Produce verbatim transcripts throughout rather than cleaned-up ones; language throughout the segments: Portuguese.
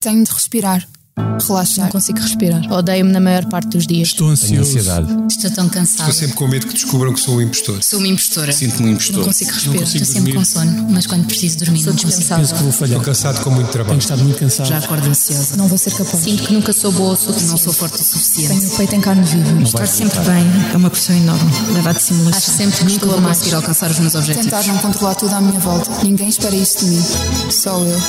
Tenho de respirar. Relaxar. Não consigo respirar. Odeio-me na maior parte dos dias. Estou ansioso. Estou tão cansada. Estou sempre com medo que descubram que sou um impostor. Sou uma impostora. Sinto-me um impostor. Não consigo respirar. Não consigo Estou sempre dormir. com sono, mas quando preciso dormir Sou não consigo. dispensável. Penso que vou falhar. Estou cansado com muito trabalho. Tenho estado muito cansado. Já acordo ansiosa. Não vou ser capaz. Sinto que nunca sou boa o suficiente. Não sou forte o suficiente. Tenho o peito em carne viva. Estar sempre bem é uma pressão enorme. Leva a dissimulação. Acho sempre que nunca vou conseguir alcançar os meus objetivos. Tentar não controlar tudo à minha volta. Ninguém espera isso de mim. Só eu.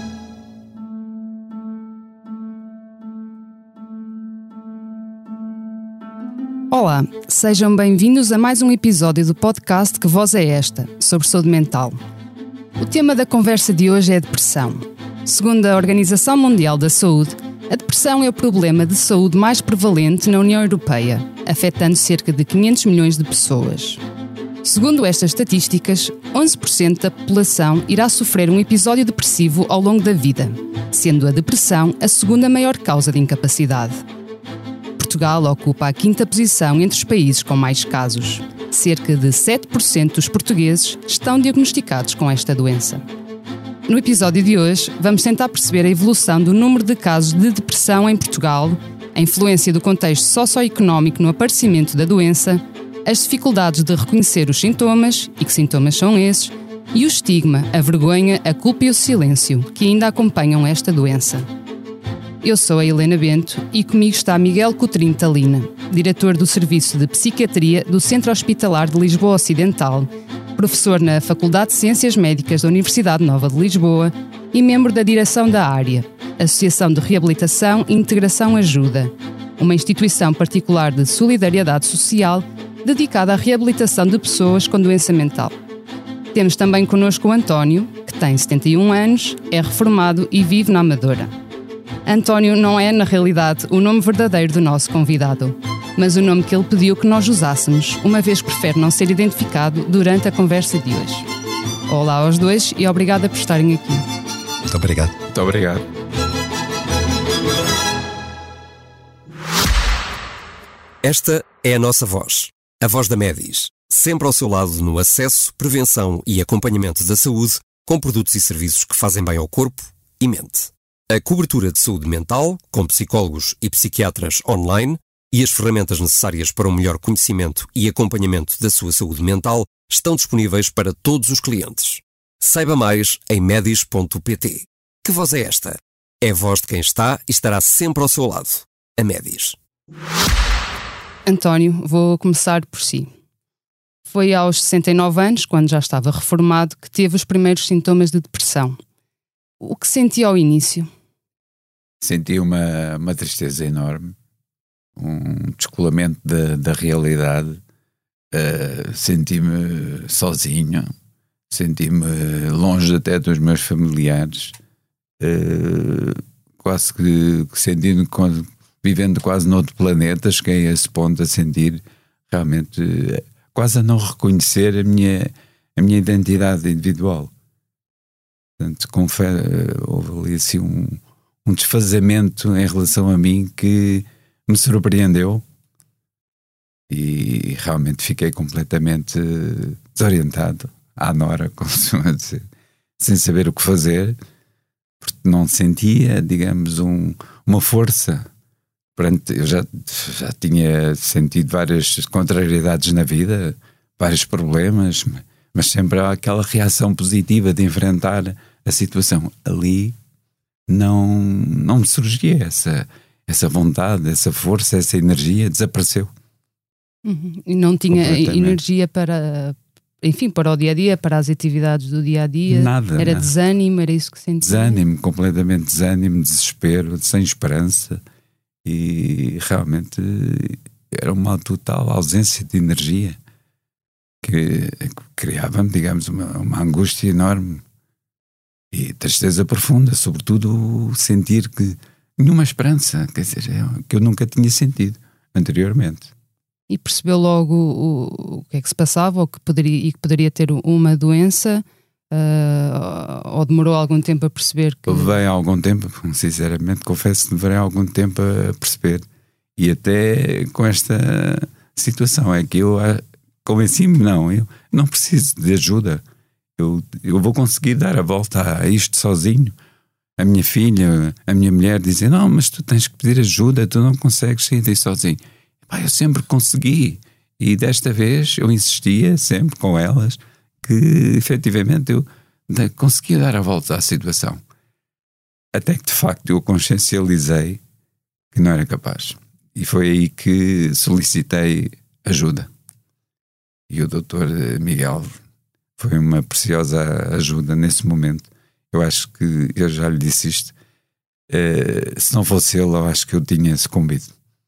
Olá, sejam bem-vindos a mais um episódio do podcast Que Voz é Esta, sobre saúde mental. O tema da conversa de hoje é a depressão. Segundo a Organização Mundial da Saúde, a depressão é o problema de saúde mais prevalente na União Europeia, afetando cerca de quinhentos milhões de pessoas. Segundo estas estatísticas, onze por cento da população irá sofrer um episódio depressivo ao longo da vida, sendo a depressão a segunda maior causa de incapacidade. Portugal ocupa a quinta posição entre os países com mais casos. Cerca de sete por cento dos portugueses estão diagnosticados com esta doença. No episódio de hoje, vamos tentar perceber a evolução do número de casos de depressão em Portugal, a influência do contexto socioeconómico no aparecimento da doença, as dificuldades de reconhecer os sintomas, e que sintomas são esses, e o estigma, a vergonha, a culpa e o silêncio que ainda acompanham esta doença. Eu sou a Helena Bento e comigo está Miguel Coutrinho Talina, diretor do Serviço de Psiquiatria do Centro Hospitalar de Lisboa Ocidental, professor na Faculdade de Ciências Médicas da Universidade Nova de Lisboa e membro da direção da AREA, Associação de Reabilitação e Integração Ajuda, uma instituição particular de solidariedade social dedicada à reabilitação de pessoas com doença mental. Temos também connosco o António, que tem setenta e um anos, é reformado e vive na Amadora. António não é, na realidade, o nome verdadeiro do nosso convidado, mas o nome que ele pediu que nós usássemos, uma vez que prefere não ser identificado durante a conversa de hoje. Olá aos dois e obrigada por estarem aqui. Muito obrigado. Muito obrigado. Esta é a nossa voz, a voz da Medis, sempre ao seu lado no acesso, prevenção e acompanhamento da saúde, com produtos e serviços que fazem bem ao corpo e mente. A cobertura de saúde mental, com psicólogos e psiquiatras online, e as ferramentas necessárias para um melhor conhecimento e acompanhamento da sua saúde mental estão disponíveis para todos os clientes. Saiba mais em medis ponto pt. Que voz é esta? É a voz de quem está e estará sempre ao seu lado. A Medis. António, vou começar por si. Foi aos sessenta e nove anos, quando já estava reformado, que teve os primeiros sintomas de depressão. O que sentia ao início? Senti uma, uma tristeza enorme, um descolamento da, da realidade, uh, senti-me sozinho, senti-me longe até dos meus familiares, uh, quase que, que sentindo, vivendo quase noutro planeta. Cheguei a esse ponto a sentir realmente, uh, quase a não reconhecer a minha, a minha identidade individual. Portanto, confere, houve ali assim um, um desfazamento em relação a mim que me surpreendeu e realmente fiquei completamente desorientado, à nora, como se chama dizer, sem saber o que fazer, porque não sentia, digamos, um, uma força. Perante, eu já, já tinha sentido várias contrariedades na vida, vários problemas, mas sempre há aquela reação positiva de enfrentar a situação. Ali não, não me surgia essa, essa vontade, essa força, essa energia, desapareceu. Uhum. E não tinha energia para, enfim, para o dia-a-dia, para as atividades do dia-a-dia? Nada. Era nada. desânimo, era isso que sentia? Desânimo, completamente desânimo, desespero, sem esperança, e realmente era uma total ausência de energia que criava-me, digamos, uma, uma angústia enorme e tristeza profunda, sobretudo sentir que nenhuma esperança, quer dizer, que eu nunca tinha sentido anteriormente. E percebeu logo o, o que é que se passava, ou que poderia, e que poderia ter uma doença, uh, ou demorou algum tempo a perceber que... Levei algum tempo, sinceramente, confesso que levei algum tempo a perceber, e até com esta situação, é que eu convenci-me, não, eu não preciso de ajuda, eu, eu vou conseguir dar a volta a isto sozinho, a minha filha, a minha mulher dizem, não, mas tu tens que pedir ajuda, tu não consegues sair daí sozinho. Pá, eu sempre consegui. E desta vez eu insistia sempre com elas que efetivamente eu conseguia dar a volta à situação. Até que de facto eu consciencializei que não era capaz. E foi aí que solicitei ajuda. E o doutor Miguel foi uma preciosa ajuda nesse momento. Eu acho que, eu já lhe disse isto, uh, se não fosse ele, eu acho que eu tinha sucumbido.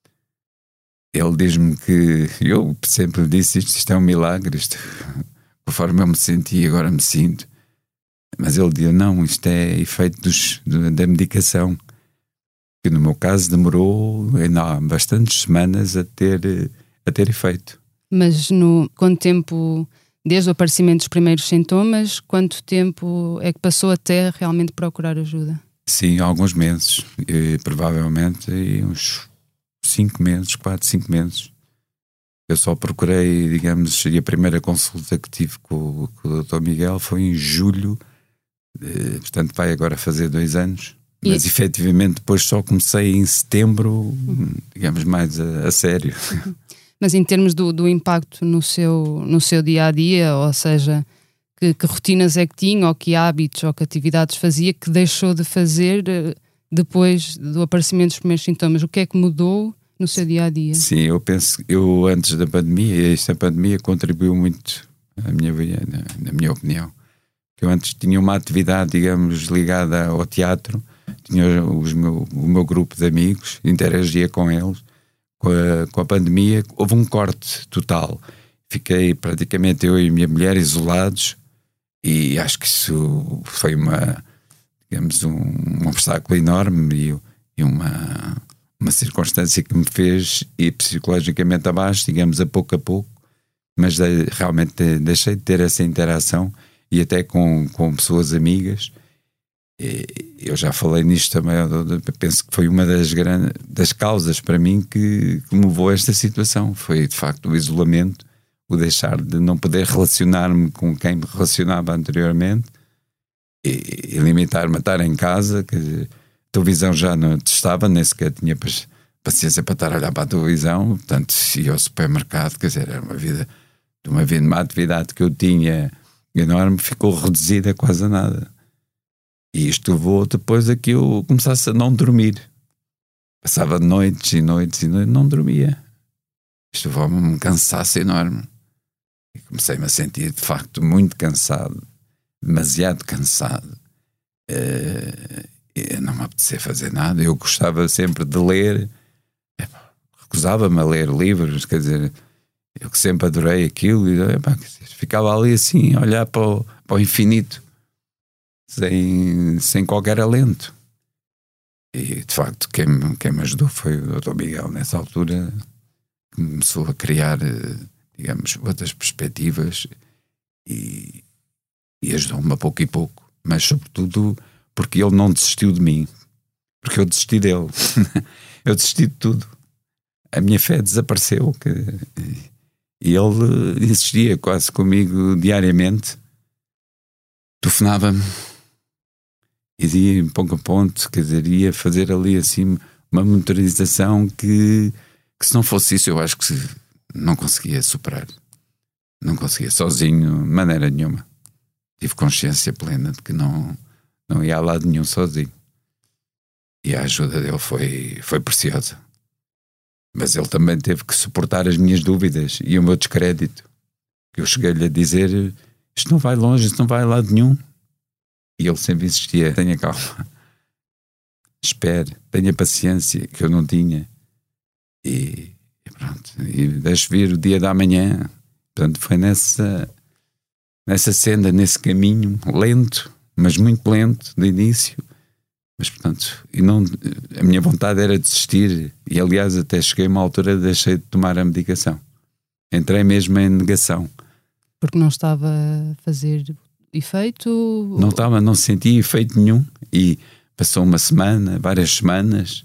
Ele diz-me que, eu sempre lhe disse isto, isto é um milagre, isto, conforme eu me senti, agora me sinto. Mas ele dizia, não, isto é efeito dos, da medicação. Que no meu caso demorou ainda há bastantes semanas a ter, a ter efeito. Mas no quanto tempo, desde o aparecimento dos primeiros sintomas, quanto tempo é que passou até realmente procurar ajuda? Sim, alguns meses, e, provavelmente uns cinco meses, quatro, cinco meses. Eu só procurei, digamos, e a primeira consulta que tive com, com o doutor Miguel foi em julho, eh, portanto vai agora fazer dois anos. Mas e... efetivamente depois só comecei em setembro, uhum. digamos, mais a, a sério. Uhum. Mas em termos do, do impacto no seu, no seu dia-a-dia, ou seja, que, que rotinas é que tinha, ou que hábitos, ou que atividades fazia, que deixou de fazer depois do aparecimento dos primeiros sintomas? O que é que mudou no seu dia-a-dia? Sim, eu penso que eu antes da pandemia, esta pandemia contribuiu muito, na minha, na, na minha opinião. Eu antes tinha uma atividade, digamos, ligada ao teatro, tinha os meu, o meu grupo de amigos, interagia com eles. Com a, com a pandemia houve um corte total. Fiquei praticamente eu e a minha mulher isolados e acho que isso foi uma, digamos, um, um obstáculo enorme e, e uma, uma circunstância que me fez ir psicologicamente abaixo, digamos, a pouco a pouco, mas de, realmente deixei de ter essa interação e até com, com pessoas amigas. Eu já falei nisto também, penso que foi uma das, grandes, das causas para mim que, que me levou a esta situação. Foi de facto o isolamento, o deixar de não poder relacionar-me com quem me relacionava anteriormente e, e limitar-me a estar em casa, que a televisão já não testava, nem sequer tinha paciência para estar a olhar para a televisão, portanto ia ao supermercado, quer dizer, era uma vida, de uma, vida, uma atividade que eu tinha enorme, ficou reduzida quase a nada. E isto levou depois a que eu começasse a não dormir. Passava noites e noites e noites, não dormia. Isto levou-me a um cansaço enorme. E comecei-me a sentir, de facto, muito cansado. Demasiado cansado. Uh, não me apetecia fazer nada. Eu gostava sempre de ler. Recusava-me a ler livros, quer dizer, eu que sempre adorei aquilo. E, epá, ficava ali assim, a olhar para o, para o infinito. Sem, sem qualquer alento. E de facto quem, quem me ajudou foi o doutor Miguel nessa altura, que começou a criar, digamos, outras perspectivas e, e ajudou-me a pouco e pouco, mas sobretudo porque ele não desistiu de mim, porque eu desisti dele. Eu desisti de tudo, a minha fé desapareceu, que, e ele insistia quase comigo diariamente, telefonava-me e ia em ponto a ponto, quer dizer, ia fazer ali assim uma monitorização que, que se não fosse isso eu acho que não conseguia superar, não conseguia sozinho de maneira nenhuma. Tive consciência plena de que não, não ia a lado nenhum sozinho e a ajuda dele foi, foi preciosa, mas ele também teve que suportar as minhas dúvidas e o meu descrédito, que eu cheguei-lhe a dizer, isto não vai longe, isto não vai a lado nenhum. E ele sempre insistia, tenha calma, espere, tenha paciência, que eu não tinha. E, e pronto, e deixe vir o dia da manhã. Portanto, foi nessa, nessa senda, nesse caminho, lento, mas muito lento, de início. Mas, portanto, e não, a minha vontade era desistir. E, aliás, até cheguei a uma altura, deixei de tomar a medicação. Entrei mesmo em negação. Porque não estava a fazer efeito? Não estava, não sentia efeito nenhum. E passou uma semana, várias semanas,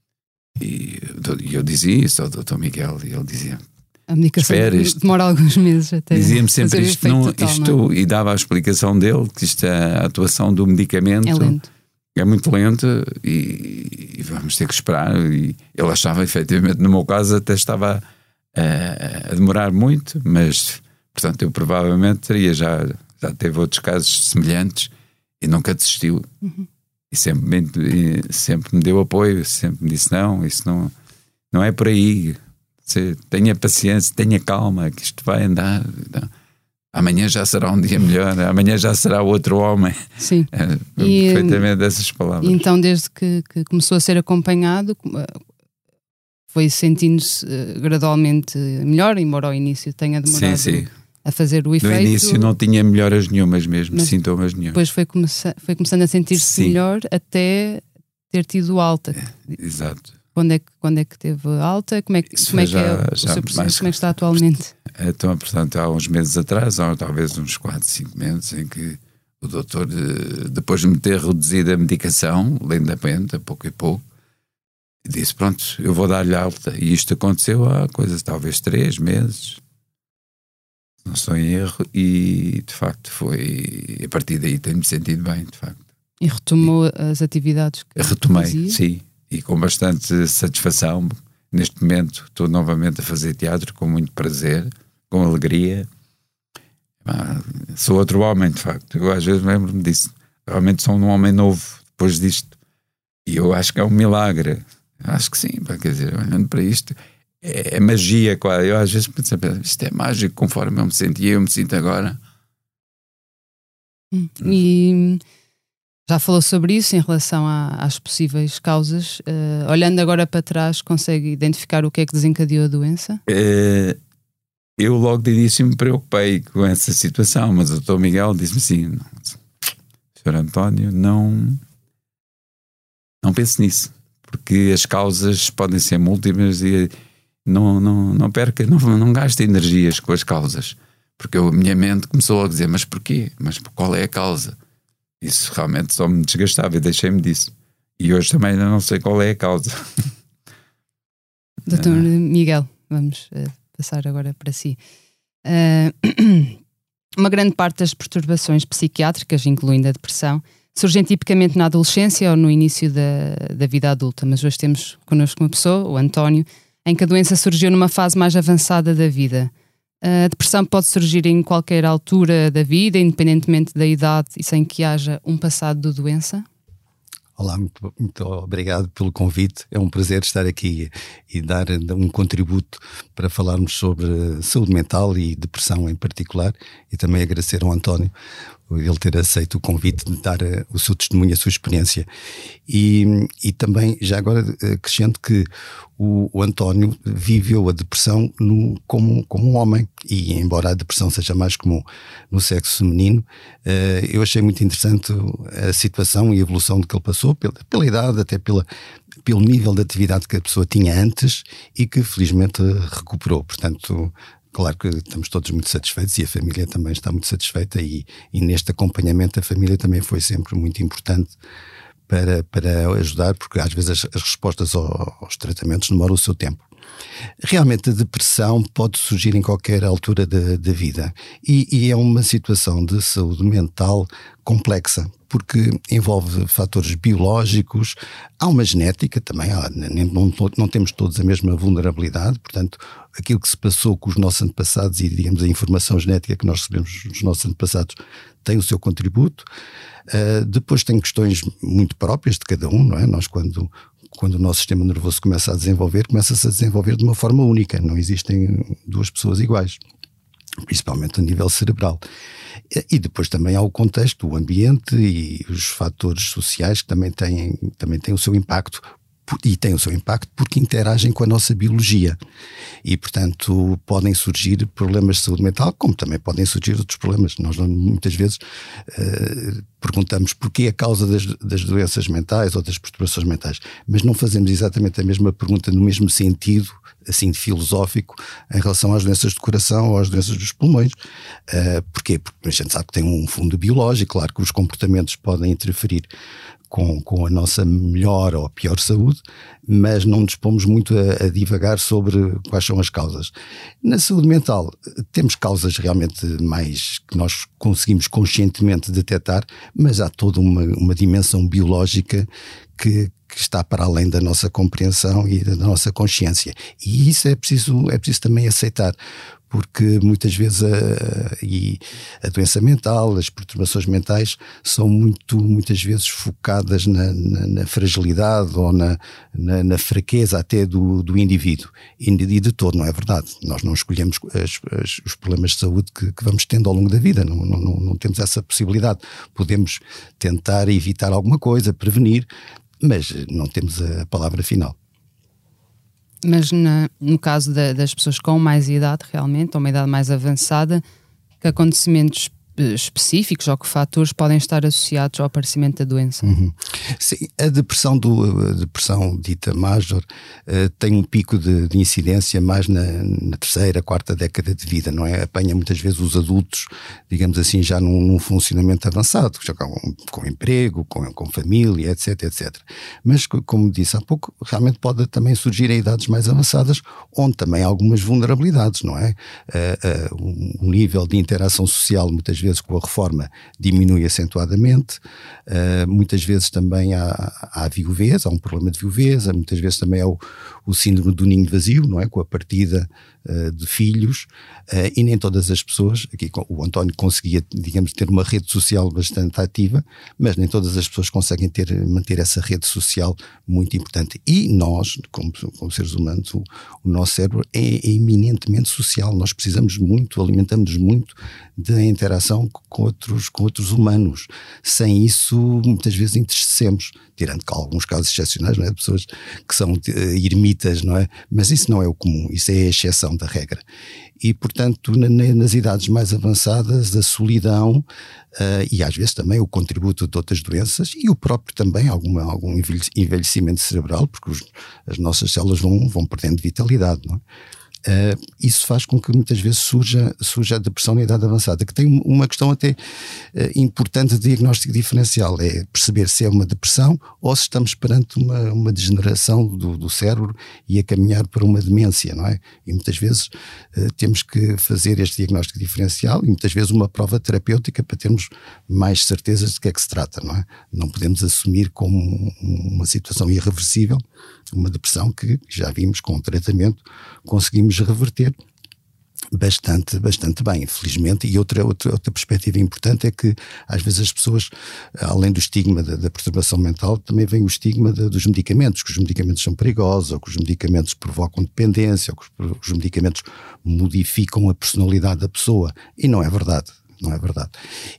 e eu dizia isso ao doutor Miguel, e ele dizia: a medicação isto, demora alguns meses até. Dizia-me sempre isto, não, total, isto não é? E dava a explicação dele, que isto é a atuação do medicamento. É lento. é muito lento e, e vamos ter que esperar. E ele achava, efetivamente, no meu caso, até estava a, a demorar muito, mas, portanto, eu provavelmente teria já, já teve outros casos semelhantes e nunca desistiu. Uhum. E sempre me, e sempre me deu apoio, sempre me disse: não, isso não, não é por aí. Você tenha paciência, tenha calma, que isto vai andar. Não. Amanhã já será um dia melhor, amanhã já será outro homem. Sim. É, e, perfeitamente dessas palavras. Então, desde que, que começou a ser acompanhado, foi sentindo-se uh, gradualmente melhor, embora ao início tenha demorado sim, sim. a fazer o efeito. No início não tinha melhoras nenhumas mesmo, mas sintomas nenhum. Depois foi, começa, foi começando a sentir-se melhor até ter tido alta. É, exato. Quando é, que, quando é que teve alta? Como é que, como é, que já, é o seu processo? Mais, como é que está atualmente? Então, portanto, há uns meses atrás, há talvez uns quatro, cinco meses, em que o doutor, depois de me ter reduzido a medicação, lentamente, a pouco e pouco, disse: pronto, eu vou dar-lhe alta. E isto aconteceu há coisas, talvez três meses, não estou em erro, e de facto foi, a partir daí tenho-me sentido bem, de facto. E retomou e, as atividades que retomei, fazia? Sim. E com bastante satisfação. Neste momento estou novamente a fazer teatro com muito prazer, com alegria. Ah, sou outro homem, de facto. Eu às vezes lembro-me disso. Realmente sou um homem novo depois disto. E eu acho que é um milagre. Acho que sim, quer dizer, olhando para isto, é, é magia quase. Eu às vezes penso: isto é mágico, conforme eu me sentia, eu me sinto agora. Hum. E... já falou sobre isso em relação a, às possíveis causas. Uh, olhando agora para trás, consegue identificar o que é que desencadeou a doença? Uh, eu logo de início me preocupei com essa situação, mas o doutor Miguel disse-me assim: senhor António, não, não pense nisso, porque as causas podem ser múltiplas e não, não, não perca, não, não gaste energias com as causas. Porque eu, a minha mente começou a dizer: mas porquê? Mas qual é a causa? Isso realmente só me desgastava e deixei-me disso. E hoje também ainda não sei qual é a causa. doutor Ah. Miguel, vamos uh, passar agora para si. Uh, uma grande parte das perturbações psiquiátricas, incluindo a depressão, surgem tipicamente na adolescência ou no início da, da vida adulta. Mas hoje temos connosco uma pessoa, o António, em que a doença surgiu numa fase mais avançada da vida. A depressão pode surgir em qualquer altura da vida, independentemente da idade e sem que haja um passado de doença? Olá, muito, muito obrigado pelo convite. É um prazer estar aqui e dar um contributo para falarmos sobre saúde mental e depressão em particular, e também agradecer ao António ele ter aceito o convite de dar o seu testemunho, a sua experiência. E, e também, já agora, acrescento que o, o António viveu a depressão no, como, como um homem, e embora a depressão seja mais comum no sexo feminino, uh, eu achei muito interessante a situação e a evolução de que ele passou, pela, pela idade, até pela, pelo nível de atividade que a pessoa tinha antes e que felizmente recuperou. Portanto, claro que estamos todos muito satisfeitos e a família também está muito satisfeita, e, e neste acompanhamento a família também foi sempre muito importante para, para ajudar, porque às vezes as, as respostas ao, aos tratamentos demoram o seu tempo. Realmente a depressão pode surgir em qualquer altura da, da vida e, e é uma situação de saúde mental complexa, porque envolve fatores biológicos, há uma genética também, há, não, não temos todos a mesma vulnerabilidade, portanto aquilo que se passou com os nossos antepassados e, digamos, a informação genética que nós recebemos dos nossos antepassados tem o seu contributo. Uh, depois tem questões muito próprias de cada um, não é? Nós quando... Quando o nosso sistema nervoso começa a desenvolver, começa-se a desenvolver de uma forma única. Não existem duas pessoas iguais, principalmente a nível cerebral. E depois também há o contexto, o ambiente e os fatores sociais que também têm, também têm o seu impacto. E têm o seu impacto porque interagem com a nossa biologia. E, portanto, podem surgir problemas de saúde mental, como também podem surgir outros problemas. Nós muitas vezes uh, perguntamos porquê a causa das, das doenças mentais ou das perturbações mentais, mas não fazemos exatamente a mesma pergunta no mesmo sentido, assim, filosófico, em relação às doenças do coração ou às doenças dos pulmões. Uh, porquê? Porque a gente sabe que tem um fundo biológico, claro que os comportamentos podem interferir com, com a nossa melhor ou pior saúde, mas não nos pomos muito a, a divagar sobre quais são as causas. Na saúde mental, temos causas realmente mais que nós conseguimos conscientemente detectar, mas há toda uma, uma dimensão biológica que, que está para além da nossa compreensão e da nossa consciência. E isso é preciso, é preciso também aceitar, porque muitas vezes a, e a doença mental, as perturbações mentais são muito, muitas vezes focadas na, na, na fragilidade ou na, na, na fraqueza até do, do indivíduo. E de todo, não é verdade. Nós não escolhemos as, as, os problemas de saúde que, que vamos tendo ao longo da vida, não, não, não, não temos essa possibilidade. Podemos tentar evitar alguma coisa, prevenir, mas não temos a palavra final. Mas na, no caso da, das pessoas com mais idade, realmente, ou uma idade mais avançada, que acontecimentos específicos ou que fatores podem estar associados ao aparecimento da doença? Uhum. Sim, a depressão, do, a depressão dita major uh, tem um pico de, de incidência mais na, na terceira, quarta década de vida, não é? Apanha muitas vezes os adultos, digamos assim, já num, num funcionamento avançado, já com, com emprego, com, com família, etc, etcétera. Mas, como disse há pouco, realmente pode também surgir em idades mais avançadas, onde também há algumas vulnerabilidades, não é? Uh, uh, o nível de interação social, muitas vezes, vezes com a reforma diminui acentuadamente, uh, muitas vezes também há, há viuvez, há um problema de viuvez, muitas vezes também há o, o síndrome do ninho vazio, não é? Com a partida uh, de filhos, uh, e nem todas as pessoas, aqui o António conseguia, digamos, ter uma rede social bastante ativa, mas nem todas as pessoas conseguem ter, manter essa rede social muito importante. E nós, como, como seres humanos, o, o nosso cérebro é, é eminentemente social, nós precisamos muito, alimentamos muito da interação com outros, com outros humanos. Sem isso, muitas vezes entristecemos, tirando que há alguns casos excepcionais, não é? De pessoas que são uh, ermitas, não é? Mas isso não é o comum, isso é a exceção da regra. E, portanto, na, nas idades mais avançadas, a solidão uh, e às vezes também o contributo de outras doenças e o próprio também alguma, algum envelhecimento cerebral, porque os, as nossas células vão, vão perdendo vitalidade, não é? Uh, isso faz com que muitas vezes surja, surja a depressão na idade avançada, que tem uma questão até uh, importante de diagnóstico diferencial, é perceber se é uma depressão ou se estamos perante uma, uma degeneração do, do cérebro e a caminhar para uma demência, não é? E muitas vezes uh, temos que fazer este diagnóstico diferencial e muitas vezes uma prova terapêutica para termos mais certezas de que é que se trata, não é? Não podemos assumir como uma situação irreversível uma depressão que já vimos com o tratamento conseguimos reverter bastante, bastante bem, infelizmente. E outra, outra, outra perspectiva importante é que às vezes as pessoas, além do estigma da, da perturbação mental, também vem o estigma de, dos medicamentos, que os medicamentos são perigosos, ou que os medicamentos provocam dependência, ou que os, os medicamentos modificam a personalidade da pessoa. E não é verdade. Não é verdade.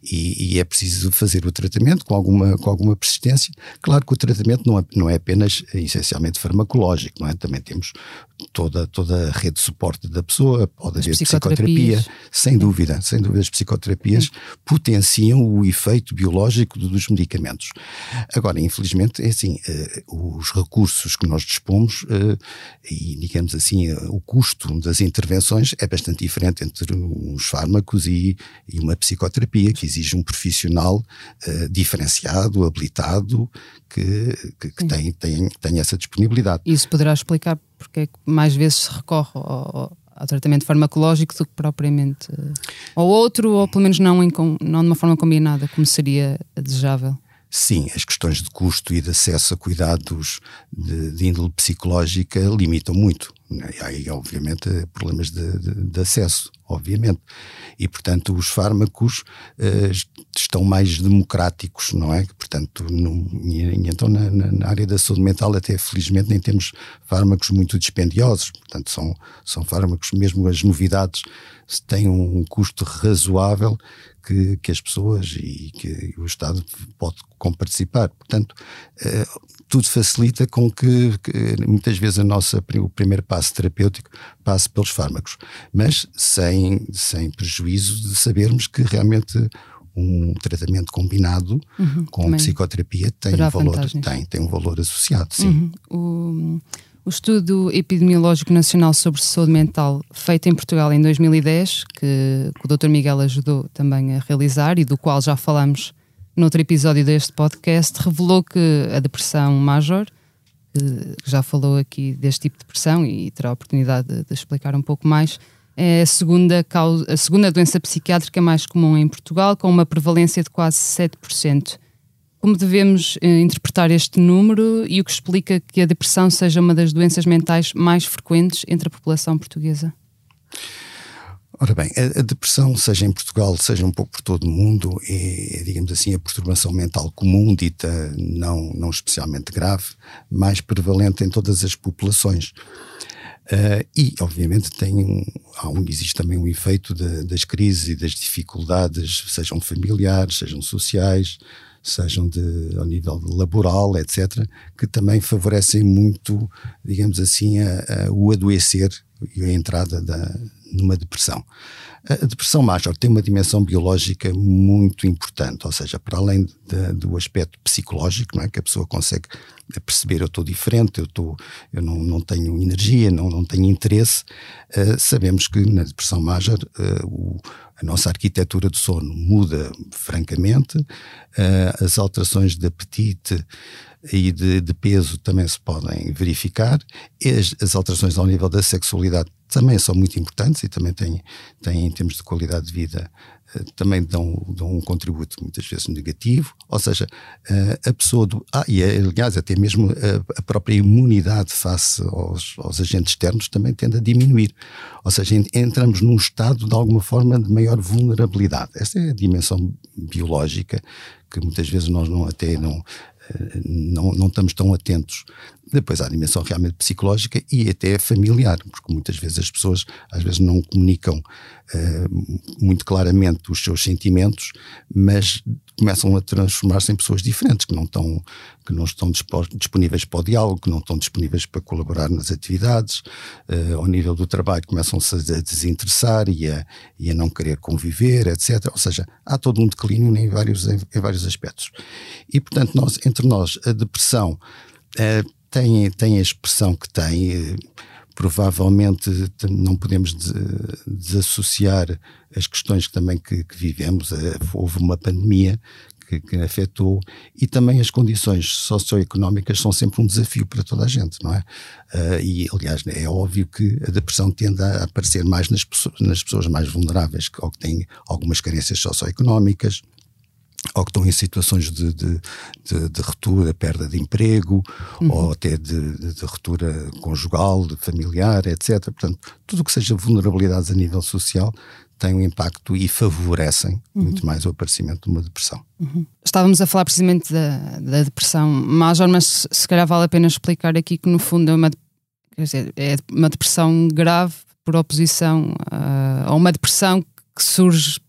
E, e é preciso fazer o tratamento com alguma, com alguma persistência. Claro que o tratamento não é, não é apenas essencialmente farmacológico, não é? Também temos toda, toda a rede de suporte da pessoa, pode haver psicoterapia, sem dúvida, sem dúvida as psicoterapias Sim. potenciam o efeito biológico dos medicamentos. Agora, infelizmente, é assim, uh, os recursos que nós dispomos uh, e, digamos assim, uh, o custo das intervenções é bastante diferente entre os fármacos e, e uma psicoterapia que exige um profissional uh, diferenciado, habilitado, que, que, que tem, tem, tem essa disponibilidade. Isso poderá explicar porque é que mais vezes se recorre ao, ao tratamento farmacológico do que propriamente uh, ao outro, ou pelo menos não, em, não de uma forma combinada, como seria desejável. Sim, as questões de custo e de acesso a cuidados de, de índole psicológica limitam muito. E aí, obviamente, problemas de, de, de acesso, obviamente. E, portanto, os fármacos uh, estão mais democráticos, não é? Portanto, no, e, e então na, na área da saúde mental até felizmente nem temos fármacos muito dispendiosos. Portanto, são, são fármacos, mesmo as novidades têm um custo razoável que, que as pessoas e que o Estado pode comparticipar. Portanto, uh, tudo facilita com que, que muitas vezes a nossa, o primeiro passo terapêutico passe pelos fármacos, mas sem, sem prejuízo de sabermos que realmente um tratamento combinado uhum, com psicoterapia tem um valor, tem, tem um valor associado, sim. Uhum. O, o estudo epidemiológico nacional sobre saúde mental feito em Portugal em dois mil e dez, que, que o doutor Miguel ajudou também a realizar e do qual já falamos noutro episódio deste podcast, revelou que a depressão major, que já falou aqui deste tipo de depressão e terá a oportunidade de, de explicar um pouco mais, é a segunda, causa, a segunda doença psiquiátrica mais comum em Portugal, com uma prevalência de quase sete por cento. Como devemos eh, interpretar este número e o que explica que a depressão seja uma das doenças mentais mais frequentes entre a população portuguesa? Ora bem, a, a depressão, seja em Portugal, seja um pouco por todo o mundo, é, digamos assim, a perturbação mental comum, dita não, não especialmente grave, mais prevalente em todas as populações. Uh, e, obviamente, tem um, há um, existe também um efeito de, das crises e das dificuldades, sejam familiares, sejam sociais, sejam de, ao nível laboral, etcétera, que também favorecem muito, digamos assim, a, a, o adoecer e a entrada da, numa depressão. A depressão major tem uma dimensão biológica muito importante, ou seja, para além de, do aspecto psicológico, não é? Que a pessoa consegue perceber, eu estou diferente, eu, estou, eu não, não tenho energia, não, não tenho interesse. Uh, sabemos que na depressão major uh, o, a nossa arquitetura do sono muda francamente, uh, as alterações de apetite e de, de peso também se podem verificar, as, as alterações ao nível da sexualidade também são muito importantes e também têm, têm em termos de qualidade de vida, também dão, dão um contributo muitas vezes negativo, ou seja, a pessoa do... Ah, e aliás até mesmo a, a própria imunidade face aos, aos agentes externos também tende a diminuir, ou seja, entramos num estado de alguma forma de maior vulnerabilidade. Esta é a dimensão biológica que muitas vezes nós não, até não, não, não estamos tão atentos. Depois há a dimensão realmente psicológica e até familiar, porque muitas vezes as pessoas às vezes não comunicam uh, muito claramente os seus sentimentos, mas começam a transformar-se em pessoas diferentes, que não estão, que não estão disponíveis para o diálogo, que não estão disponíveis para colaborar nas atividades, uh, ao nível do trabalho começam-se a desinteressar e a, e a não querer conviver, etcétera. Ou seja, há todo um declínio em vários, em, em vários aspectos. E portanto, nós, entre nós, a depressão uh, Tem, tem a expressão que tem, provavelmente não podemos desassociar as questões que também que, que vivemos. Houve uma pandemia que, que afetou e também as condições socioeconómicas são sempre um desafio para toda a gente, não é? Uh, e aliás é óbvio que a depressão tende a aparecer mais nas pessoas, nas pessoas mais vulneráveis, ou que têm algumas carências socioeconómicas, ou que estão em situações de, de, de, de ruptura, perda de emprego, uhum. ou até de, de, de ruptura conjugal, de familiar, etcétera. Portanto, tudo o que seja vulnerabilidades a nível social tem um impacto e favorecem uhum. muito mais o aparecimento de uma depressão. Uhum. Estávamos a falar precisamente da, da depressão major, mas se calhar vale a pena explicar aqui que no fundo é uma, quer dizer, é uma depressão grave por oposição a, a uma depressão que surge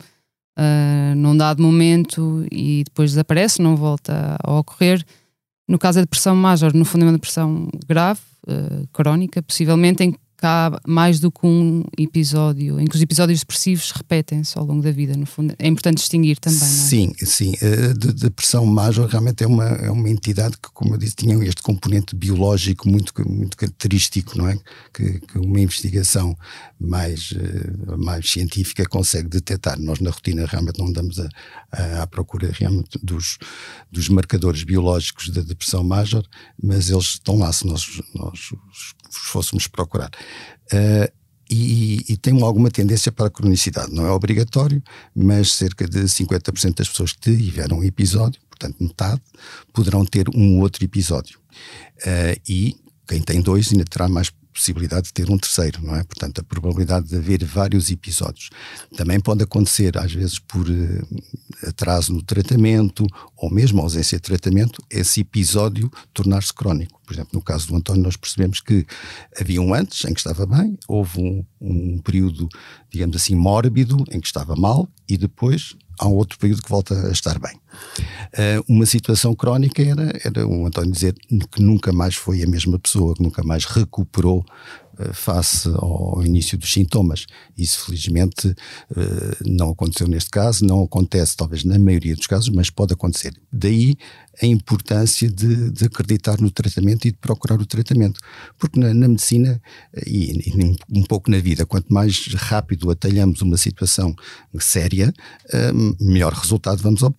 Uh, num dado momento e depois desaparece, não volta a ocorrer. No caso da depressão major, no fundo é uma depressão grave, uh, crónica, possivelmente, em que há mais do que um episódio, em que os episódios depressivos repetem-se ao longo da vida, no fundo. É importante distinguir também, não é? Sim, sim. A depressão major realmente é uma, é uma entidade que, como eu disse, tinha este componente biológico muito, muito característico, não é? Que, que uma investigação mais, mais científica consegue detectar. Nós na rotina realmente não andamos a, a, à procura realmente dos, dos marcadores biológicos da depressão major, mas eles estão lá se nós, nós fôssemos procurar. Uh, e, e tem alguma tendência para a cronicidade. Não é obrigatório, mas cerca de cinquenta por cento das pessoas que tiveram um episódio, portanto metade, poderão ter um outro episódio. Uh, e quem tem dois ainda terá mais possibilidade de ter um terceiro, não é? Portanto, a probabilidade de haver vários episódios. Também pode acontecer, às vezes, por uh, atraso no tratamento, ou mesmo ausência de tratamento, esse episódio tornar-se crónico. Por exemplo, no caso do António, nós percebemos que havia um antes, em que estava bem, houve um, um período, digamos assim, mórbido, em que estava mal, e depois há um outro período que volta a estar bem. Uh, uma situação crónica era, era o António dizer que nunca mais foi a mesma pessoa, que nunca mais recuperou uh, face ao início dos sintomas. Isso felizmente uh, não aconteceu neste caso, não acontece talvez na maioria dos casos, mas pode acontecer. Daí a importância de, de acreditar no tratamento e de procurar o tratamento. Porque na, na medicina e, e um pouco na vida, quanto mais rápido atalhamos uma situação séria, uh, melhor resultado vamos obter.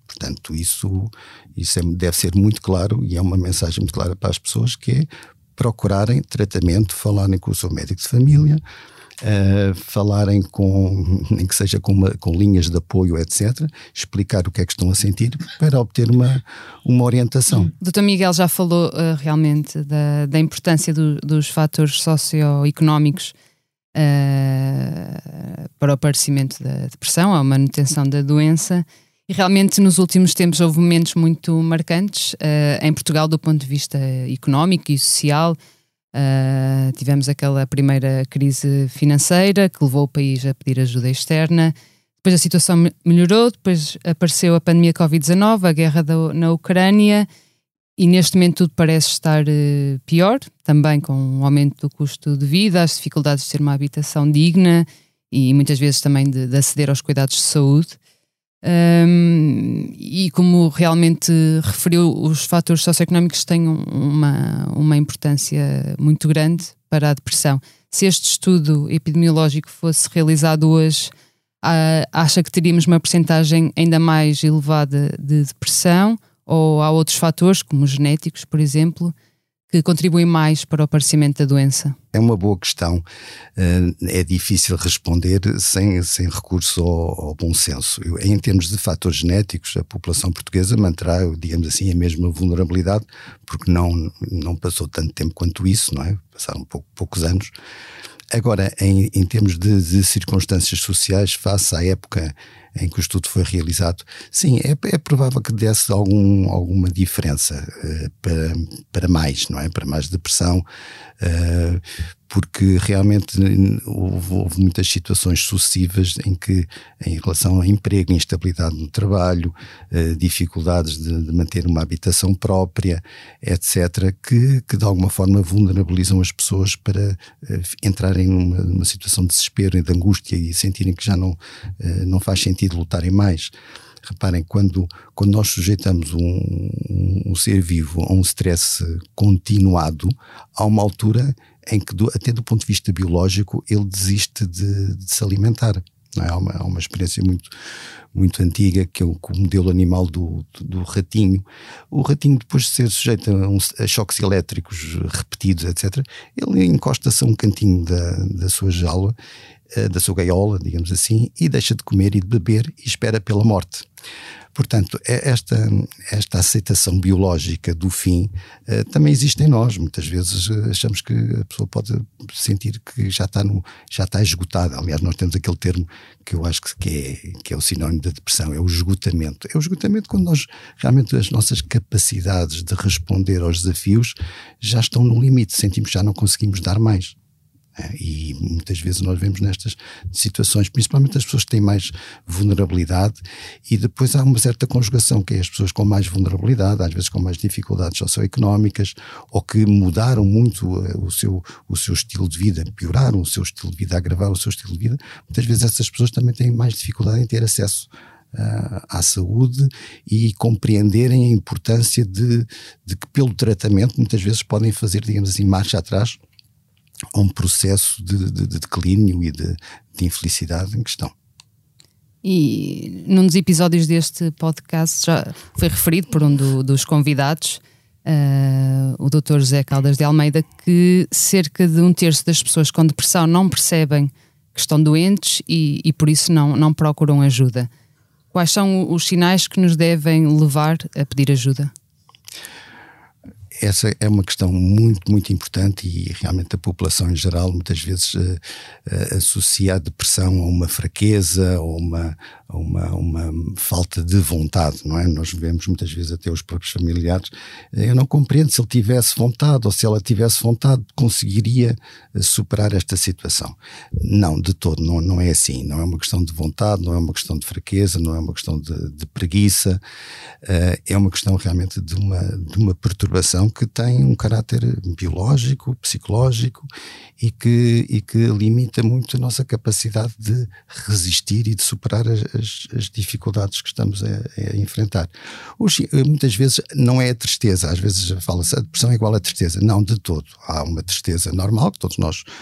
Portanto, isso, isso é, deve ser muito claro e é uma mensagem muito clara para as pessoas, que é procurarem tratamento, falarem com o seu médico de família, uh, falarem com, nem que seja com, uma, com linhas de apoio, etcétera, explicar o que é que estão a sentir para obter uma, uma orientação. Hum. doutor Miguel já falou uh, realmente da, da importância do, dos fatores socioeconómicos uh, para o aparecimento da depressão, a manutenção da doença. E realmente nos últimos tempos houve momentos muito marcantes uh, em Portugal do ponto de vista económico e social. Uh, tivemos aquela primeira crise financeira que levou o país a pedir ajuda externa. Depois a situação melhorou, depois apareceu a pandemia covid dezanove, a guerra da, na Ucrânia, e neste momento tudo parece estar uh, pior, também com o aumento do custo de vida, as dificuldades de ter uma habitação digna e muitas vezes também de, de aceder aos cuidados de saúde. Um, e como realmente referiu, os fatores socioeconómicos têm uma, uma importância muito grande para a depressão. Se este estudo epidemiológico fosse realizado hoje, uh, acha que teríamos uma percentagem ainda mais elevada de depressão, ou há outros fatores, como os genéticos, por exemplo, que contribuem mais para o aparecimento da doença? É uma boa questão. É difícil responder sem, sem recurso ao, ao bom senso. Eu, em termos de fatores genéticos, a população portuguesa manterá, digamos assim, a mesma vulnerabilidade, porque não, não passou tanto tempo quanto isso, não é? Passaram pouco, poucos anos. Agora, em, em termos de, de circunstâncias sociais, face à época em que o estudo foi realizado, sim, é, é provável que desse algum, alguma diferença uh, para, para mais, não é? Para mais depressão, uh, porque realmente houve, houve muitas situações sucessivas em que, em relação a emprego, instabilidade no trabalho, uh, dificuldades de, de manter uma habitação própria, etcétera, que, que de alguma forma vulnerabilizam as pessoas para uh, entrarem numa, numa situação de desespero e de angústia e sentirem que já não, uh, não faz sentido de lutarem mais. Reparem, quando, quando nós sujeitamos um, um, um ser vivo a um stress continuado, há uma altura em que, do, até do ponto de vista biológico, ele desiste de, de se alimentar. Não é? Há, uma, há uma experiência muito, muito antiga, que é o, o modelo animal do, do, do ratinho. O ratinho, depois de ser sujeito a, um, a choques elétricos repetidos, etcétera, ele encosta-se a um cantinho da, da sua jaula, da sua gaiola, digamos assim, e deixa de comer e de beber e espera pela morte. Portanto, esta, esta aceitação biológica do fim uh, também existe em nós. Muitas vezes achamos que a pessoa pode sentir que já está, no, já está esgotada. Aliás, nós temos aquele termo que eu acho que é, que é o sinónimo da depressão, é o esgotamento. É o esgotamento quando nós, realmente, as nossas capacidades de responder aos desafios já estão no limite, sentimos que já não conseguimos dar mais. E muitas vezes nós vemos nestas situações, principalmente as pessoas que têm mais vulnerabilidade, e depois há uma certa conjugação, que é as pessoas com mais vulnerabilidade, às vezes com mais dificuldades socioeconómicas, ou que mudaram muito o seu, o seu estilo de vida, pioraram o seu estilo de vida, agravaram o seu estilo de vida. Muitas vezes essas pessoas também têm mais dificuldade em ter acesso uh, à saúde e compreenderem a importância de, de que pelo tratamento muitas vezes podem fazer, digamos assim, marcha atrás a um processo de, de, de declínio e de, de infelicidade em questão. E num dos episódios deste podcast já foi referido por um do, dos convidados, uh, o doutor José Caldas de Almeida, que cerca de um terço das pessoas com depressão não percebem que estão doentes e, e por isso não, não procuram ajuda. Quais são os sinais que nos devem levar a pedir ajuda? Essa é uma questão muito, muito importante, e realmente a população em geral muitas vezes uh, uh, associa a depressão a uma fraqueza ou uma, a uma, uma falta de vontade, não é? Nós vemos muitas vezes até os próprios familiares, eu não compreendo, se ele tivesse vontade ou se ela tivesse vontade conseguiria superar esta situação. Não, de todo, não, não é assim, não é uma questão de vontade, não é uma questão de fraqueza, não é uma questão de, de preguiça, uh, é uma questão realmente de uma, de uma perturbação que tem um caráter biológico, psicológico e que, e que limita muito a nossa capacidade de resistir e de superar as, as, as dificuldades que estamos a, a enfrentar. Hoje, muitas vezes não é a tristeza, às vezes fala-se a depressão é igual à tristeza. Não, de todo. Há uma tristeza normal que todos nós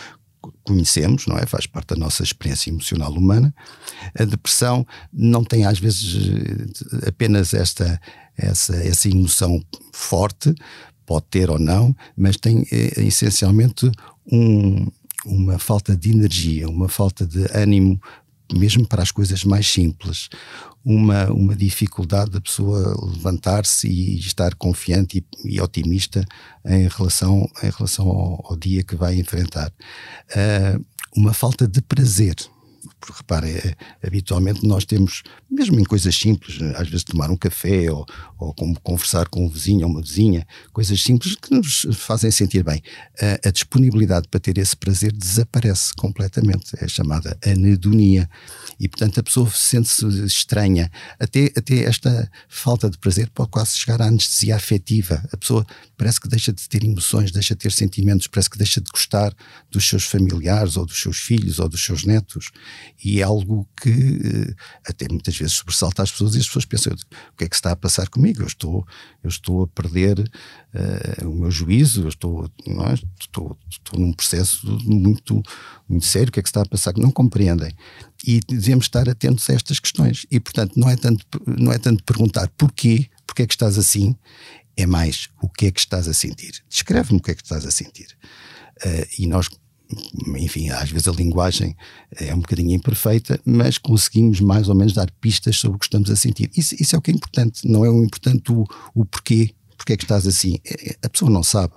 conhecemos, não é? Faz parte da nossa experiência emocional humana. A depressão não tem às vezes apenas esta, essa, essa emoção forte, pode ter ou não, mas tem é, essencialmente um, uma falta de energia, uma falta de ânimo, mesmo para as coisas mais simples, uma, uma dificuldade da pessoa levantar-se e estar confiante e, e otimista em relação, em relação ao, ao dia que vai enfrentar. Uh, uma falta de prazer. Porque, repare, é, habitualmente nós temos, mesmo em coisas simples, às vezes tomar um café ou, ou como conversar com um vizinho ou uma vizinha, coisas simples que nos fazem sentir bem. A, a disponibilidade para ter esse prazer desaparece completamente, é chamada anedonia. E, portanto, a pessoa sente-se estranha. Até, até esta falta de prazer pode quase chegar à anestesia afetiva. A pessoa parece que deixa de ter emoções, deixa de ter sentimentos, parece que deixa de gostar dos seus familiares ou dos seus filhos ou dos seus netos. E é algo que até muitas vezes sobressalta as pessoas, e as pessoas pensam: o que é que está a passar comigo? Eu estou, eu estou a perder uh, o meu juízo, eu estou, não é? estou, estou num processo muito, muito sério, o que é que está a passar? Não compreendem. E devemos estar atentos a estas questões. E, portanto, não é tanto, não é tanto perguntar porquê, porque é que estás assim, é mais o que é que estás a sentir. Descreve-me o que é que estás a sentir. Uh, e nós, enfim, às vezes a linguagem é um bocadinho imperfeita, mas conseguimos mais ou menos dar pistas sobre o que estamos a sentir. Isso, isso é o que é importante, não é o importante o, o porquê, porque é que estás assim. A pessoa não sabe.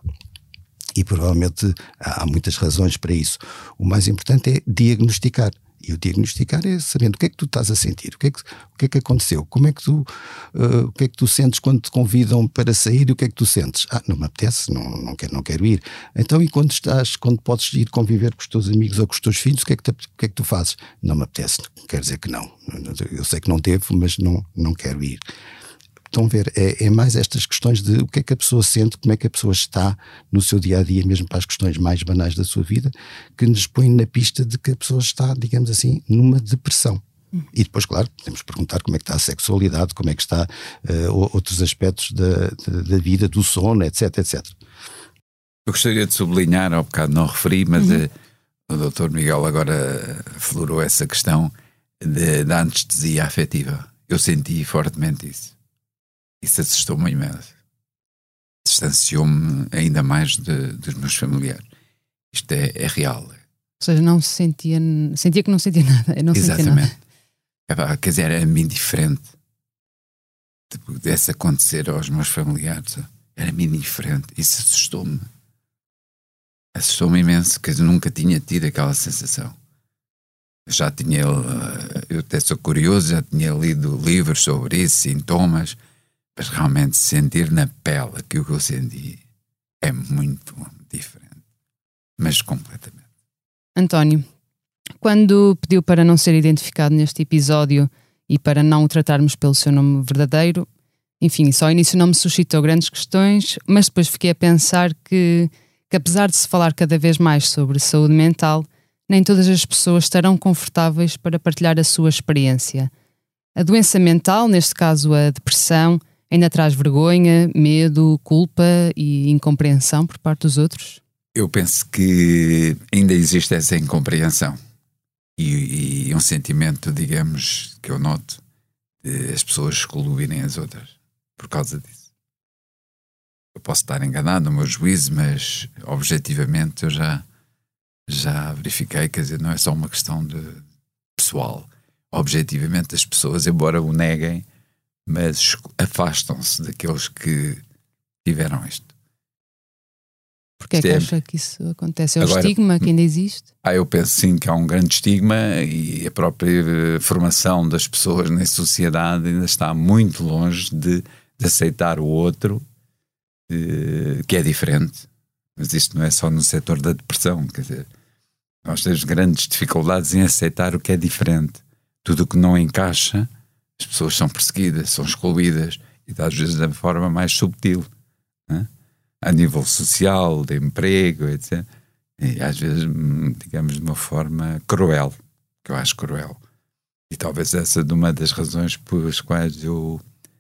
E provavelmente há muitas razões para isso. O mais importante é diagnosticar. E o diagnosticar é sabendo o que é que tu estás a sentir, o que é que, o que, é que aconteceu, como é que tu, uh, o que é que tu sentes quando te convidam para sair, e o que é que tu sentes? Ah, não me apetece, não, não, quero, não quero ir. Então, e quando estás, quando podes ir conviver com os teus amigos ou com os teus filhos, o que é que, te, o que, é que tu fazes? Não me apetece, quer dizer que não. Eu sei que não devo, mas não, não quero ir. Estão a ver, é, é mais estas questões de o que é que a pessoa sente, como é que a pessoa está no seu dia-a-dia, mesmo para as questões mais banais da sua vida, que nos põe na pista de que a pessoa está, digamos assim, numa depressão. Hum. E depois, claro, podemos perguntar como é que está a sexualidade, como é que está uh, outros aspectos da, da, da vida, do sono, etc, etcétera. Eu gostaria de sublinhar, ao bocado não referi, mas uhum. uh, o doutor Miguel agora aflorou essa questão de, da anestesia afetiva. Eu senti fortemente isso. Isso assustou-me imenso. Distanciou-me ainda mais de, dos meus familiares. Isto é, é real. Ou seja, não sentia, sentia que não sentia nada. Eu não Exatamente. Sentia nada. Quer dizer, era-me indiferente. Se pudesse acontecer aos meus familiares, era-me indiferente. Isso assustou-me. Assustou-me imenso, porque eu nunca tinha tido aquela sensação. Eu já tinha, eu até sou curioso, já tinha lido livros sobre isso, sintomas. Mas realmente sentir na pele aquilo que eu senti é muito diferente. Mas completamente. António, quando pediu para não ser identificado neste episódio e para não o tratarmos pelo seu nome verdadeiro, enfim, só ao início não me suscitou grandes questões, mas depois fiquei a pensar que, que apesar de se falar cada vez mais sobre saúde mental, nem todas as pessoas estarão confortáveis para partilhar a sua experiência. A doença mental, neste caso a depressão, ainda traz vergonha, medo, culpa e incompreensão por parte dos outros? Eu penso que ainda existe essa incompreensão e, e um sentimento, digamos, que eu noto de as pessoas excluírem as outras por causa disso. Eu posso estar enganado no meu juízo, mas objetivamente eu já, já verifiquei, quer dizer, não é só uma questão de pessoal. Objetivamente as pessoas, embora o neguem, mas afastam-se daqueles que tiveram isto. Porquê é que acha que isso acontece? É o Agora, estigma que ainda existe? Ah, eu penso sim que há um grande estigma e a própria formação das pessoas na sociedade ainda está muito longe de, de aceitar o outro, eh, que é diferente. Mas isto não é só no setor da depressão, quer dizer, nós temos grandes dificuldades em aceitar o que é diferente. Tudo o que não encaixa, as pessoas são perseguidas, são excluídas, e às vezes da forma mais subtil, né? A nível social, de emprego, etcétera. E às vezes, digamos, de uma forma cruel, que eu acho cruel. E talvez essa de uma das razões pelas quais eu,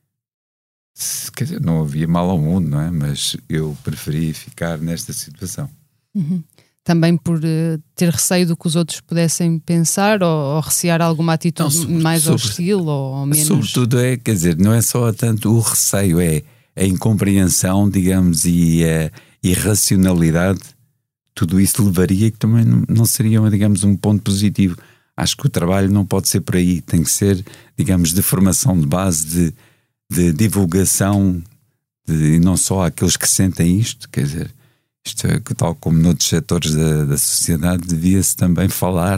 quer dizer, não havia mal ao mundo, não é? Mas eu preferi ficar nesta situação. Uhum. também por uh, ter receio do que os outros pudessem pensar, ou, ou recear alguma atitude não, sobre, mais sobre, hostil ou, ou menos... Sobretudo é, quer dizer, não é só tanto o receio, é a incompreensão, digamos, e a irracionalidade. Tudo isso levaria que também não, não seria, digamos, um ponto positivo. Acho que o trabalho não pode ser por aí, tem que ser, digamos, de formação de base, de, de divulgação, de, e não só àqueles que sentem isto, quer dizer, isto é, tal como noutros setores da, da sociedade, devia-se também falar,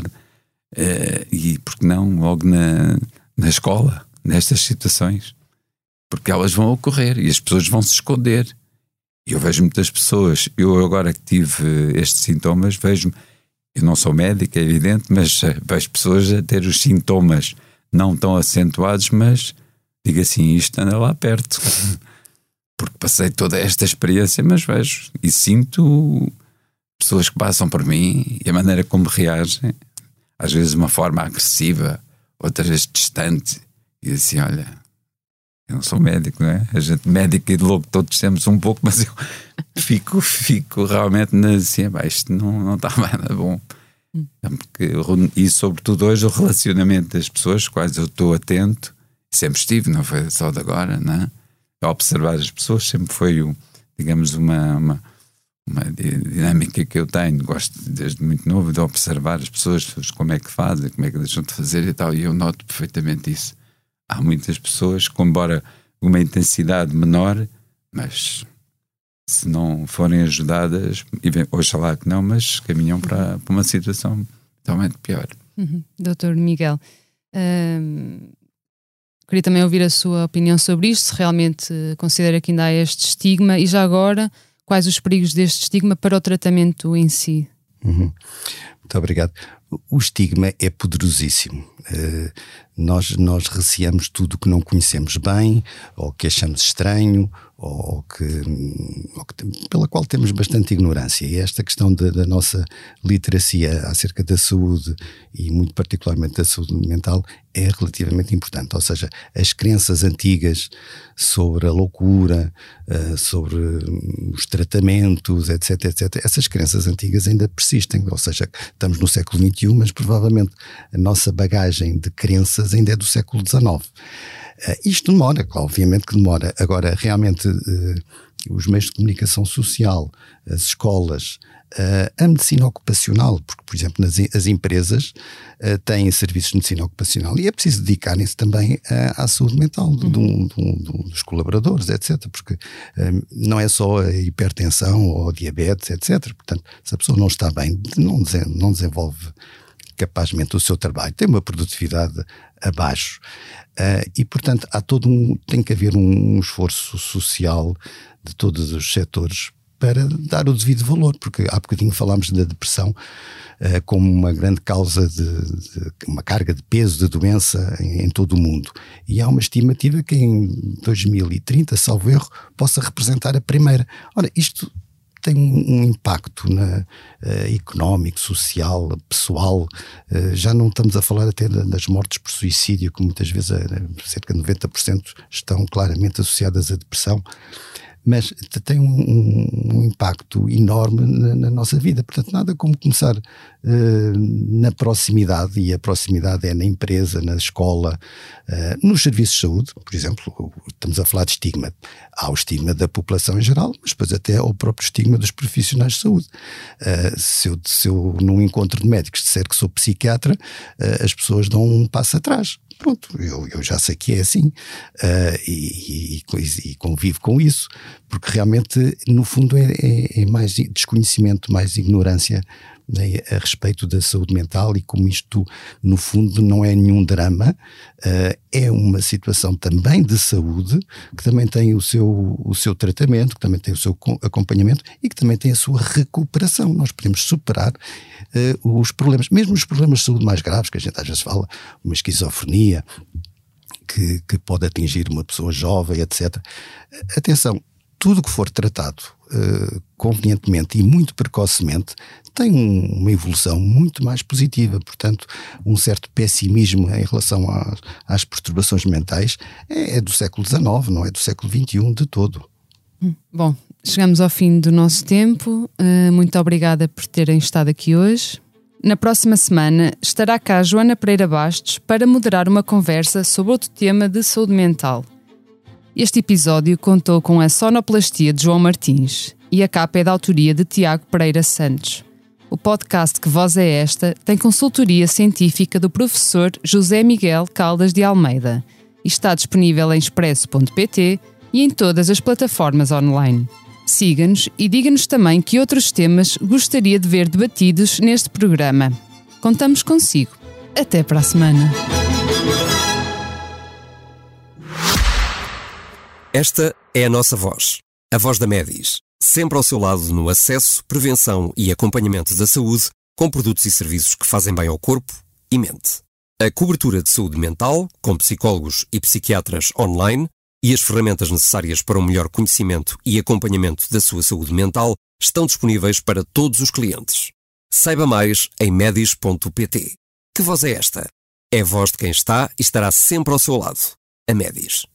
eh, e porque não, logo na, na escola, nestas situações, porque elas vão ocorrer e as pessoas vão se esconder. Eu vejo muitas pessoas, eu agora que tive estes sintomas, vejo, eu não sou médico, é evidente, mas vejo pessoas a ter os sintomas não tão acentuados, mas digo assim, isto anda lá perto. Porque passei toda esta experiência, mas vejo e sinto pessoas que passam por mim e a maneira como reagem, às vezes de uma forma agressiva, outras vezes distante, e assim, olha, eu não sou médico, não é? A gente médico e de louco todos temos um pouco, mas eu fico, fico realmente assim, isto não, não está nada bom. Porque, e sobretudo hoje o relacionamento das pessoas, quais eu estou atento, sempre estive, não foi só de agora, não é? A observar as pessoas sempre foi, digamos, uma, uma, uma dinâmica que eu tenho. Gosto desde muito novo de observar as pessoas, como é que fazem, como é que deixam de fazer e tal, e eu noto perfeitamente isso. Há muitas pessoas com, embora uma intensidade menor, mas se não forem ajudadas, oxalá que não, mas caminham para, para uma situação totalmente pior. Uhum. doutor Miguel, hum... queria também ouvir a sua opinião sobre isto, se realmente considera que ainda há este estigma, e já agora, quais os perigos deste estigma para o tratamento em si? Uhum. Muito obrigado. O estigma é poderosíssimo. Uh, nós, nós receamos tudo o que não conhecemos bem, ou que achamos estranho, ou que, ou que pela qual temos bastante ignorância. E esta questão da, da nossa literacia acerca da saúde, e muito particularmente da saúde mental, é relativamente importante. Ou seja, as crenças antigas sobre a loucura, uh, sobre os tratamentos, etc, etcétera, essas crenças antigas ainda persistem. Ou seja, estamos no século vinte e um, mas provavelmente a nossa bagagem de crenças ainda é do século dezenove. Uh, isto demora, obviamente que demora. Agora, realmente, uh, os meios de comunicação social, as escolas, uh, a medicina ocupacional, porque, por exemplo, nas, as empresas uh, têm serviços de medicina ocupacional, e é preciso dedicarem-se também uh, à saúde mental uhum. de um, de um, de um, dos colaboradores, etcétera. Porque uh, não é só a hipertensão ou diabetes, etcétera. Portanto, se a pessoa não está bem, não, desen, não desenvolve capazmente o seu trabalho, tem uma produtividade abaixo, uh, e portanto há todo um, tem que haver um, um esforço social de todos os setores para dar o devido valor, porque há bocadinho falámos da depressão uh, como uma grande causa de, de uma carga de peso de doença em, em todo o mundo, e há uma estimativa que em dois mil e trinta, salvo erro, possa representar a primeira. Ora, isto tem um impacto na, uh, económico, social, pessoal. Uh, já não estamos a falar até das mortes por suicídio, que muitas vezes uh, cerca de noventa por cento estão claramente associadas à depressão, mas tem um, um, um impacto enorme na, na nossa vida. Portanto, nada como começar uh, na proximidade, e a proximidade é na empresa, na escola, uh, nos serviços de saúde. Por exemplo, estamos a falar de estigma. Há o estigma da população em geral, mas depois até há o próprio estigma dos profissionais de saúde. Uh, se, eu, se eu num encontro de médicos disser que sou psiquiatra, uh, as pessoas dão um passo atrás. Pronto, eu, eu já sei que é assim, uh, e, e, e convivo com isso, porque realmente, no fundo, é, é, é mais desconhecimento, mais ignorância, né, a respeito da saúde mental, e como isto, no fundo, não é nenhum drama, uh, é uma situação também de saúde, que também tem o seu, o seu tratamento, que também tem o seu acompanhamento, e que também tem a sua recuperação. Nós podemos superar uh, os problemas, mesmo os problemas de saúde mais graves, que a gente às vezes fala, uma esquizofrenia, que, que pode atingir uma pessoa jovem, etcétera. Atenção, tudo que for tratado uh, convenientemente e muito precocemente tem um, uma evolução muito mais positiva. Portanto, um certo pessimismo em relação às, às perturbações mentais é, é do século dezenove, não é do século vinte e um de todo. Bom, chegamos ao fim do nosso tempo. Uh, muito obrigada por terem estado aqui hoje. Na próxima semana estará cá a Joana Pereira Bastos para moderar uma conversa sobre outro tema de saúde mental. Este episódio contou com a sonoplastia de João Martins e a capa é da autoria de Tiago Pereira Santos. O podcast Que Voz é Esta tem consultoria científica do professor José Miguel Caldas de Almeida e está disponível em expresso ponto pt e em todas as plataformas online. Siga-nos e diga-nos também que outros temas gostaria de ver debatidos neste programa. Contamos consigo. Até para a semana. Esta é a nossa voz, a voz da Medis, sempre ao seu lado no acesso, prevenção e acompanhamento da saúde, com produtos e serviços que fazem bem ao corpo e mente. A cobertura de saúde mental, com psicólogos e psiquiatras online, e as ferramentas necessárias para um melhor conhecimento e acompanhamento da sua saúde mental estão disponíveis para todos os clientes. Saiba mais em medis ponto pt. Que voz é esta? É a voz de quem está e estará sempre ao seu lado. A Medis.